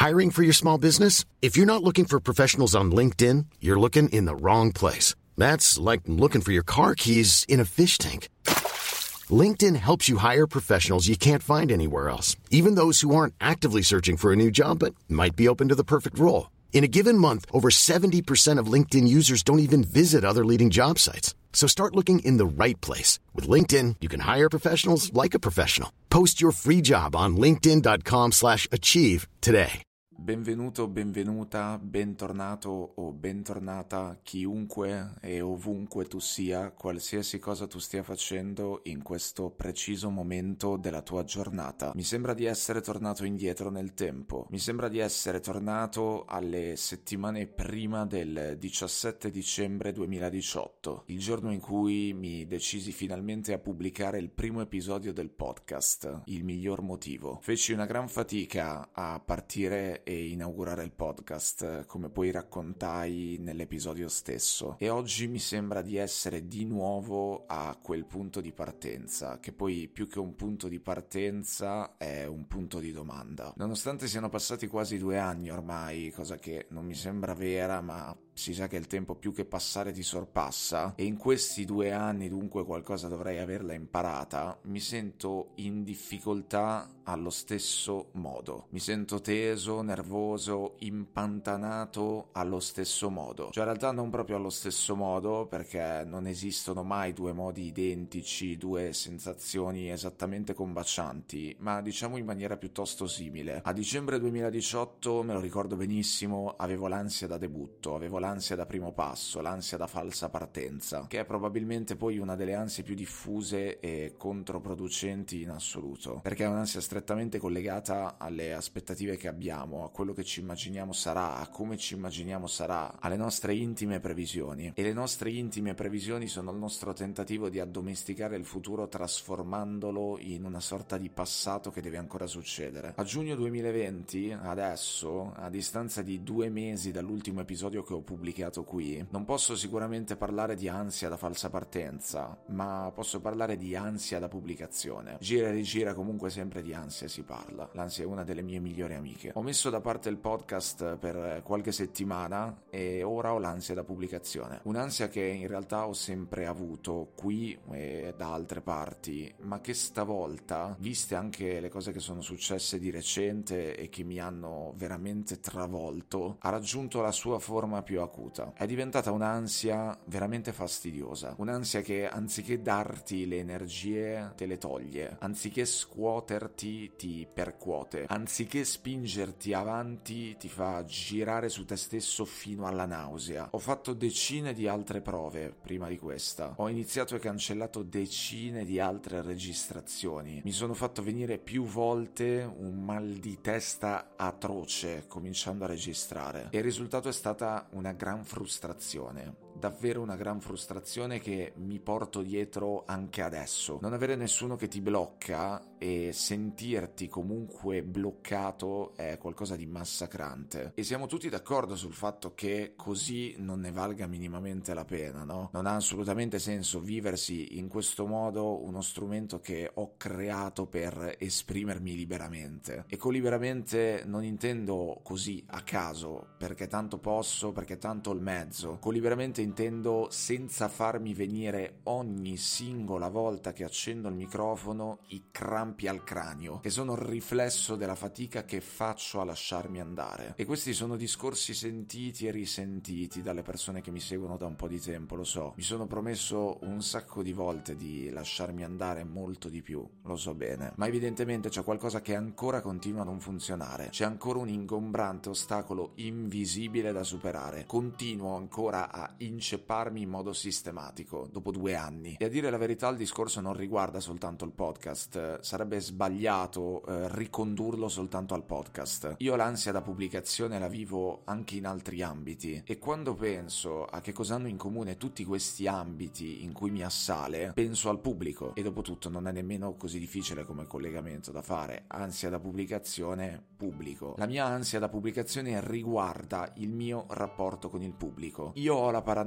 Hiring for your small business? If you're not looking for professionals on LinkedIn, you're looking in the wrong place. That's like looking for your car keys in a fish tank. LinkedIn helps you hire professionals you can't find anywhere else, even those who aren't actively searching for a new job but might be open to the perfect role. In a given month, over 70% of LinkedIn users don't even visit other leading job sites. So start looking in the right place. With LinkedIn, you can hire professionals like a professional. Post your free job on linkedin.com/achieve today. Benvenuto, benvenuta, bentornato o bentornata chiunque e ovunque tu sia, qualsiasi cosa tu stia facendo in questo preciso momento della tua giornata. Mi sembra di essere tornato indietro nel tempo, mi sembra di essere tornato alle settimane prima del 17 dicembre 2018, il giorno in cui mi decisi finalmente a pubblicare il primo episodio del podcast, Il miglior motivo. Feci una gran fatica a partire e inaugurare il podcast, come poi raccontai nell'episodio stesso, e oggi mi sembra di essere di nuovo a quel punto di partenza, che poi più che un punto di partenza è un punto di domanda. Nonostante siano passati quasi 2 anni ormai, cosa che non mi sembra vera, ma si sa che il tempo più che passare ti sorpassa, e in questi 2 anni dunque qualcosa dovrei averla imparata, mi sento in difficoltà allo stesso modo. Mi sento teso, nervoso, impantanato allo stesso modo. Cioè in realtà non proprio allo stesso modo, perché non esistono mai 2 modi identici, 2 sensazioni esattamente combacianti, ma diciamo in maniera piuttosto simile. A dicembre 2018, me lo ricordo benissimo, avevo l'ansia da debutto, avevo l'ansia da primo passo, l'ansia da falsa partenza, che è probabilmente poi una delle ansie più diffuse e controproducenti in assoluto, perché è un'ansia strettamente collegata alle aspettative che abbiamo, a quello che ci immaginiamo sarà, a come ci immaginiamo sarà, alle nostre intime previsioni. E le nostre intime previsioni sono il nostro tentativo di addomesticare il futuro trasformandolo in una sorta di passato che deve ancora succedere. A giugno 2020, adesso, a distanza di 2 mesi dall'ultimo episodio che ho pubblicato qui, non posso sicuramente parlare di ansia da falsa partenza, ma posso parlare di ansia da pubblicazione. Gira e rigira, comunque sempre di ansia si parla. L'ansia è una delle mie migliori amiche. Ho messo da parte il podcast per qualche settimana e ora ho l'ansia da pubblicazione. Un'ansia che in realtà ho sempre avuto qui e da altre parti, ma che stavolta, viste anche le cose che sono successe di recente e che mi hanno veramente travolto, ha raggiunto la sua forma più acuta. È diventata un'ansia veramente fastidiosa, un'ansia che anziché darti le energie te le toglie, anziché scuoterti ti percuote, anziché spingerti avanti ti fa girare su te stesso fino alla nausea. Ho fatto decine di altre prove prima di questa, ho iniziato e cancellato decine di altre registrazioni, mi sono fatto venire più volte un mal di testa atroce cominciando a registrare, e il risultato è stata una gran frustrazione, davvero una gran frustrazione che mi porto dietro anche adesso. Non avere nessuno che ti blocca e sentirti comunque bloccato è qualcosa di massacrante, e siamo tutti d'accordo sul fatto che così non ne valga minimamente la pena, no? Non ha assolutamente senso viversi in questo modo uno strumento che ho creato per esprimermi liberamente, e con liberamente non intendo così a caso, perché tanto posso, perché tanto ho il mezzo. Con liberamente intendo senza farmi venire ogni singola volta che accendo il microfono i crampi al cranio, che sono il riflesso della fatica che faccio a lasciarmi andare. E questi sono discorsi sentiti e risentiti dalle persone che mi seguono da un po' di tempo, lo so. Mi sono promesso un sacco di volte di lasciarmi andare molto di più, lo so bene, ma evidentemente c'è qualcosa che ancora continua a non funzionare. C'è ancora un ingombrante ostacolo invisibile da superare. Continuo ancora a incepparmi in modo sistematico dopo 2 anni, e a dire la verità il discorso non riguarda soltanto il podcast, sarebbe sbagliato ricondurlo soltanto al podcast. Io l'ansia da pubblicazione la vivo anche in altri ambiti, e quando penso a che cosa hanno in comune tutti questi ambiti in cui mi assale, penso al pubblico, e dopo tutto non è nemmeno così difficile come collegamento da fare. Ansia da pubblicazione, pubblico. La mia ansia da pubblicazione riguarda il mio rapporto con il pubblico. Io ho la paranoia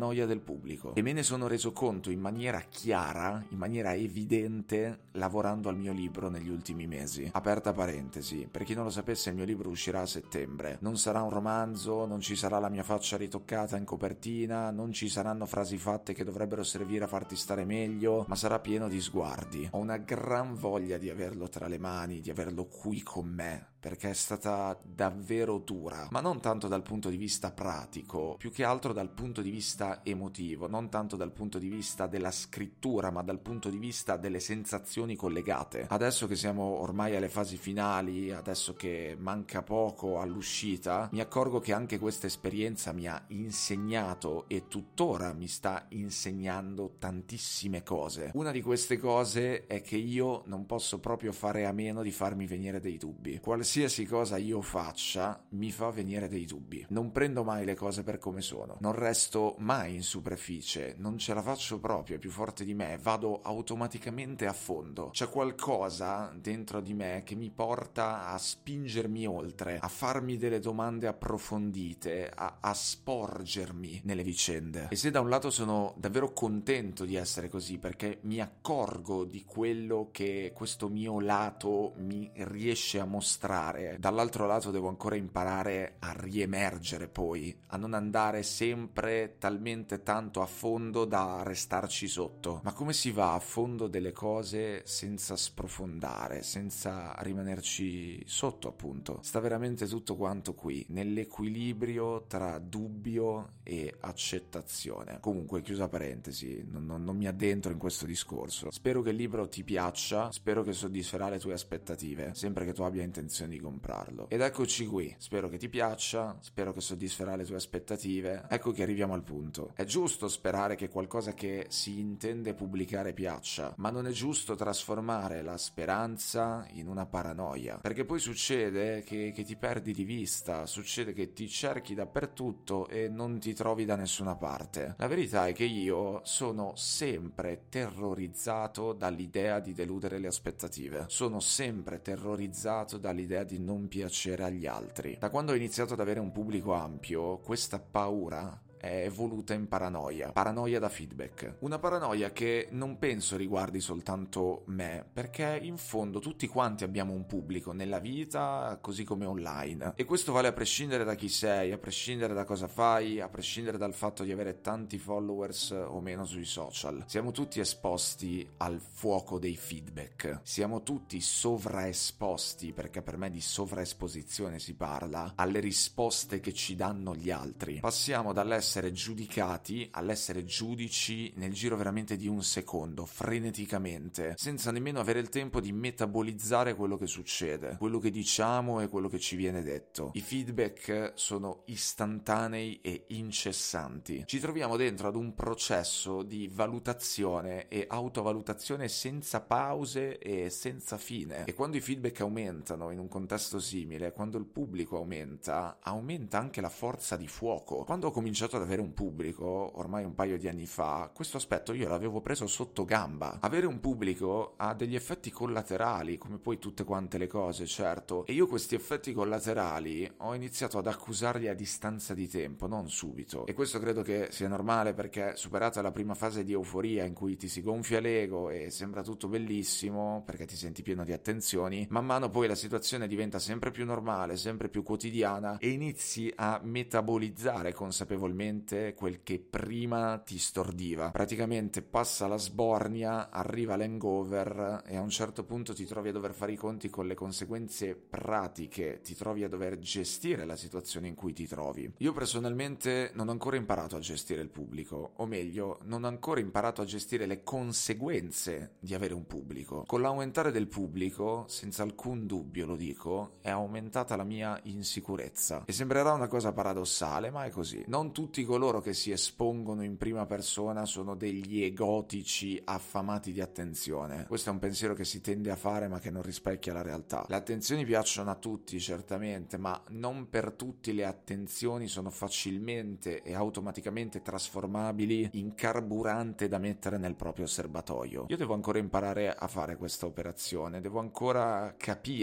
paranoia del pubblico, e me ne sono reso conto in maniera chiara, in maniera evidente, lavorando al mio libro negli ultimi mesi. Aperta parentesi, per chi non lo sapesse, il mio libro uscirà a settembre. Non sarà un romanzo, non ci sarà la mia faccia ritoccata in copertina, non ci saranno frasi fatte che dovrebbero servire a farti stare meglio, ma sarà pieno di sguardi. Ho una gran voglia di averlo tra le mani, di averlo qui con me, perché è stata davvero dura, ma non tanto dal punto di vista pratico, più che altro dal punto di vista emotivo, non tanto dal punto di vista della scrittura, ma dal punto di vista delle sensazioni collegate. Adesso che siamo ormai alle fasi finali, adesso che manca poco all'uscita, mi accorgo che anche questa esperienza mi ha insegnato e tuttora mi sta insegnando tantissime cose. Una di queste cose è che io non posso proprio fare a meno di farmi venire dei dubbi. Qualsiasi cosa io faccia mi fa venire dei dubbi. Non prendo mai le cose per come sono. Non resto mai in superficie. Non ce la faccio proprio, è più forte di me. Vado automaticamente a fondo. C'è qualcosa dentro di me che mi porta a spingermi oltre, a farmi delle domande approfondite, a sporgermi nelle vicende. E se da un lato sono davvero contento di essere così, perché mi accorgo di quello che questo mio lato mi riesce a mostrare, dall'altro lato devo ancora imparare a riemergere poi, a non andare sempre talmente tanto a fondo da restarci sotto. Ma come si va a fondo delle cose senza sprofondare, senza rimanerci sotto, appunto? Sta veramente tutto quanto qui, nell'equilibrio tra dubbio e accettazione. Comunque, chiusa parentesi, non mi addentro in questo discorso. Spero che il libro ti piaccia, spero che soddisferà le tue aspettative, sempre che tu abbia intenzione di comprarlo. Ed eccoci qui, spero che ti piaccia, spero che soddisferà le tue aspettative. Ecco che arriviamo al punto. È giusto sperare che qualcosa che si intende pubblicare piaccia, ma non è giusto trasformare la speranza in una paranoia, perché poi succede che ti perdi di vista, succede che ti cerchi dappertutto e non ti trovi da nessuna parte. La verità è che io sono sempre terrorizzato dall'idea di deludere le aspettative, sono sempre terrorizzato dall'idea di non piacere agli altri. Da quando ho iniziato ad avere un pubblico ampio, questa paura è evoluta in paranoia da feedback. Una paranoia che non penso riguardi soltanto me, perché in fondo tutti quanti abbiamo un pubblico nella vita, così come online. E questo vale a prescindere da chi sei, a prescindere da cosa fai, a prescindere dal fatto di avere tanti followers o meno sui social. Siamo tutti esposti al fuoco dei feedback. Siamo tutti sovraesposti, perché per me di sovraesposizione si parla, alle risposte che ci danno gli altri. Passiamo dall'essere giudicati all'essere giudici nel giro veramente di un secondo, freneticamente, senza nemmeno avere il tempo di metabolizzare quello che succede, quello che diciamo e quello che ci viene detto. I feedback sono istantanei e incessanti. Ci troviamo dentro ad un processo di valutazione e autovalutazione senza pause e senza fine. E quando i feedback aumentano in un contesto simile, quando il pubblico aumenta anche la forza di fuoco. Quando ho cominciato ad avere un pubblico, ormai un paio di anni fa, questo aspetto io l'avevo preso sotto gamba. Avere un pubblico ha degli effetti collaterali, come poi tutte quante le cose, certo, e io questi effetti collaterali ho iniziato ad accusarli a distanza di tempo, non subito. E questo credo che sia normale, perché superata la prima fase di euforia in cui ti si gonfia l'ego e sembra tutto bellissimo, perché ti senti pieno di attenzioni, man mano poi la situazione diventa sempre più normale, sempre più quotidiana e inizi a metabolizzare consapevolmente quel che prima ti stordiva. Praticamente passa la sbornia, arriva l'hangover e a un certo punto ti trovi a dover fare i conti con le conseguenze pratiche, ti trovi a dover gestire la situazione in cui ti trovi. Io personalmente non ho ancora imparato a gestire il pubblico, o meglio, non ho ancora imparato a gestire le conseguenze di avere un pubblico. Con l'aumentare del pubblico, senza alcun dubbio lo dico, è aumentata la mia insicurezza. E sembrerà una cosa paradossale, ma è così. Non tutti coloro che si espongono in prima persona sono degli egotici affamati di attenzione. Questo è un pensiero che si tende a fare ma che non rispecchia la realtà. Le attenzioni piacciono a tutti, certamente, ma non per tutti le attenzioni sono facilmente e automaticamente trasformabili in carburante da mettere nel proprio serbatoio. Io devo ancora imparare a fare questa operazione, devo ancora capire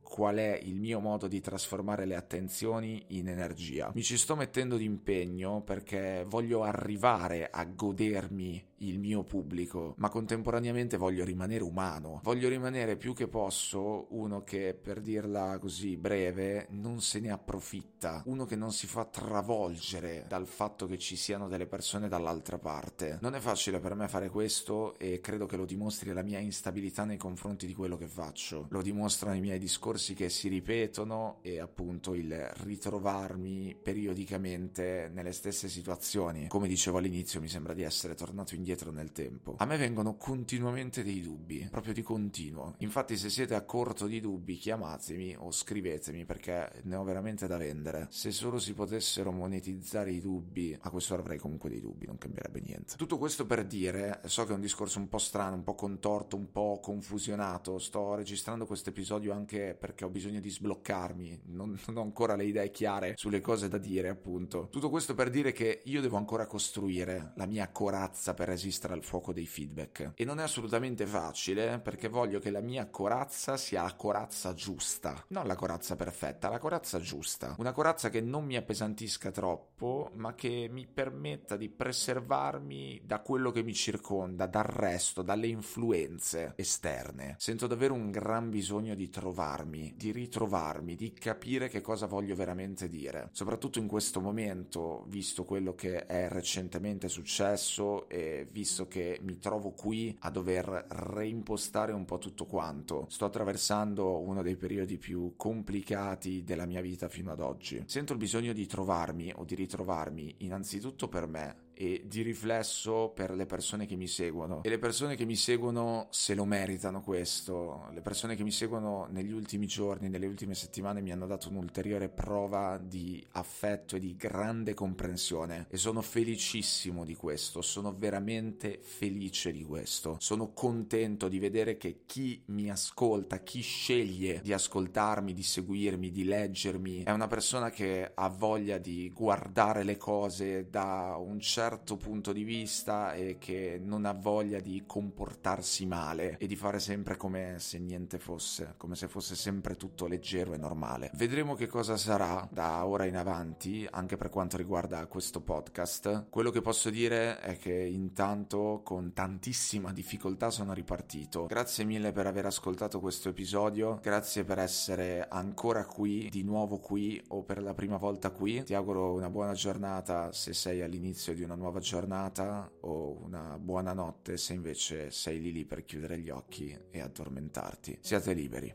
qual è il mio modo di trasformare le attenzioni in energia. Mi ci sto mettendo d'impegno perché voglio arrivare a godermi il mio pubblico, ma contemporaneamente voglio rimanere umano, voglio rimanere più che posso uno che, per dirla così breve, non se ne approfitta, uno che non si fa travolgere dal fatto che ci siano delle persone dall'altra parte. Non è facile per me fare questo e credo che lo dimostri la mia instabilità nei confronti di quello che faccio, lo dimostrano i miei discorsi che si ripetono e appunto il ritrovarmi periodicamente nelle stesse situazioni. Come dicevo all'inizio, mi sembra di essere tornato indietro nel tempo. A me vengono continuamente dei dubbi, proprio di continuo. Infatti, se siete a corto di dubbi, chiamatemi o scrivetemi, perché ne ho veramente da vendere. Se solo si potessero monetizzare i dubbi, a quest'ora avrei comunque dei dubbi, non cambierebbe niente. Tutto questo per dire, so che è un discorso un po' strano, un po' contorto, un po' confusionato. Sto registrando questo episodio anche perché ho bisogno di sbloccarmi, non ho ancora le idee chiare sulle cose da dire, appunto. Tutto questo per dire che io devo ancora costruire la mia corazza per resistere al fuoco dei feedback, e non è assolutamente facile, perché voglio che la mia corazza sia la corazza giusta, non la corazza perfetta, la corazza giusta, una corazza che non mi appesantisca troppo, ma che mi permetta di preservarmi da quello che mi circonda, dal resto, dalle influenze esterne. Sento davvero un gran bisogno di trovarmi, di ritrovarmi, di capire che cosa voglio veramente dire, soprattutto in questo momento, visto quello che è recentemente successo e visto che mi trovo qui a dover reimpostare un po' tutto quanto. Sto attraversando uno dei periodi più complicati della mia vita fino ad oggi. Sento il bisogno di trovarmi o di ritrovarmi innanzitutto per me e di riflesso per le persone che mi seguono, e le persone che mi seguono se lo meritano questo. Le persone che mi seguono negli ultimi giorni, nelle ultime settimane mi hanno dato un'ulteriore prova di affetto e di grande comprensione e sono felicissimo di questo, sono veramente felice di questo, sono contento di vedere che chi mi ascolta, chi sceglie di ascoltarmi, di seguirmi, di leggermi, è una persona che ha voglia di guardare le cose da un certo punto di vista e che non ha voglia di comportarsi male e di fare sempre come se niente fosse, come se fosse sempre tutto leggero e normale. Vedremo che cosa sarà da ora in avanti anche per quanto riguarda questo podcast. Quello che posso dire è che intanto con tantissima difficoltà sono ripartito. Grazie mille per aver ascoltato questo episodio, grazie per essere ancora qui, di nuovo qui o per la prima volta qui. Ti auguro una buona giornata se sei all'inizio di una nuova giornata, o una buona notte se invece sei lì per chiudere gli occhi e addormentarti. Siate liberi.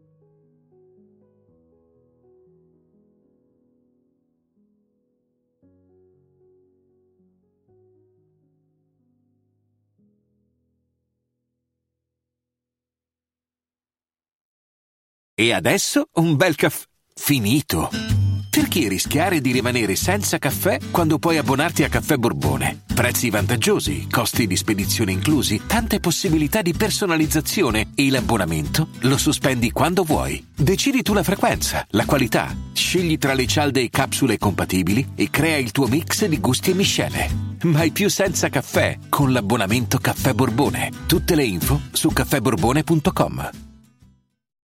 E adesso un bel caffè finito. Perché rischiare di rimanere senza caffè quando puoi abbonarti a Caffè Borbone? Prezzi vantaggiosi, costi di spedizione inclusi, tante possibilità di personalizzazione e l'abbonamento lo sospendi quando vuoi. Decidi tu la frequenza, la qualità, scegli tra le cialde e capsule compatibili e crea il tuo mix di gusti e miscele. Mai più senza caffè con l'abbonamento Caffè Borbone. Tutte le info su caffèborbone.com.